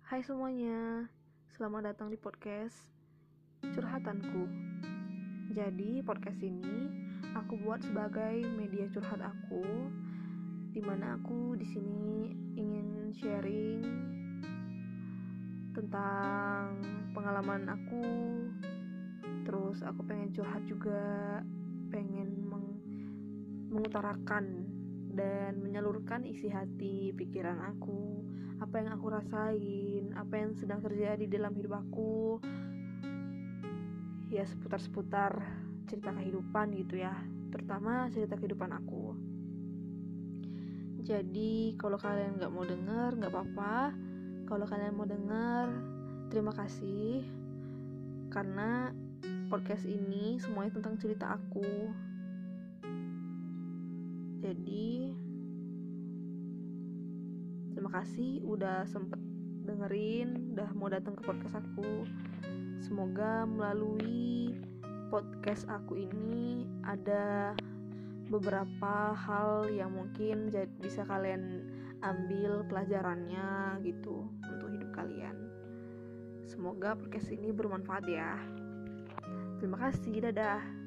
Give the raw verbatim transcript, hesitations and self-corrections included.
Hai semuanya, selamat datang di podcast Curhatanku. Jadi podcast ini aku buat sebagai media curhat aku, dimana aku di sini ingin sharing tentang pengalaman aku. Terus aku pengen curhat juga, pengen meng- mengutarakan dan menyalurkan isi hati, pikiran aku, apa yang aku rasain, apa yang sedang terjadi dalam hidup aku, ya seputar-seputar cerita kehidupan gitu ya, terutama cerita kehidupan aku. Jadi kalau kalian gak mau denger gak apa-apa, kalau kalian mau denger terima kasih, karena podcast ini semuanya tentang cerita aku. Jadi terima kasih udah sempet dengerin, udah mau datang ke podcast aku. Semoga melalui podcast aku ini ada beberapa hal yang mungkin bisa kalian ambil pelajarannya gitu untuk hidup kalian. Semoga podcast ini bermanfaat ya. Terima kasih, dadah.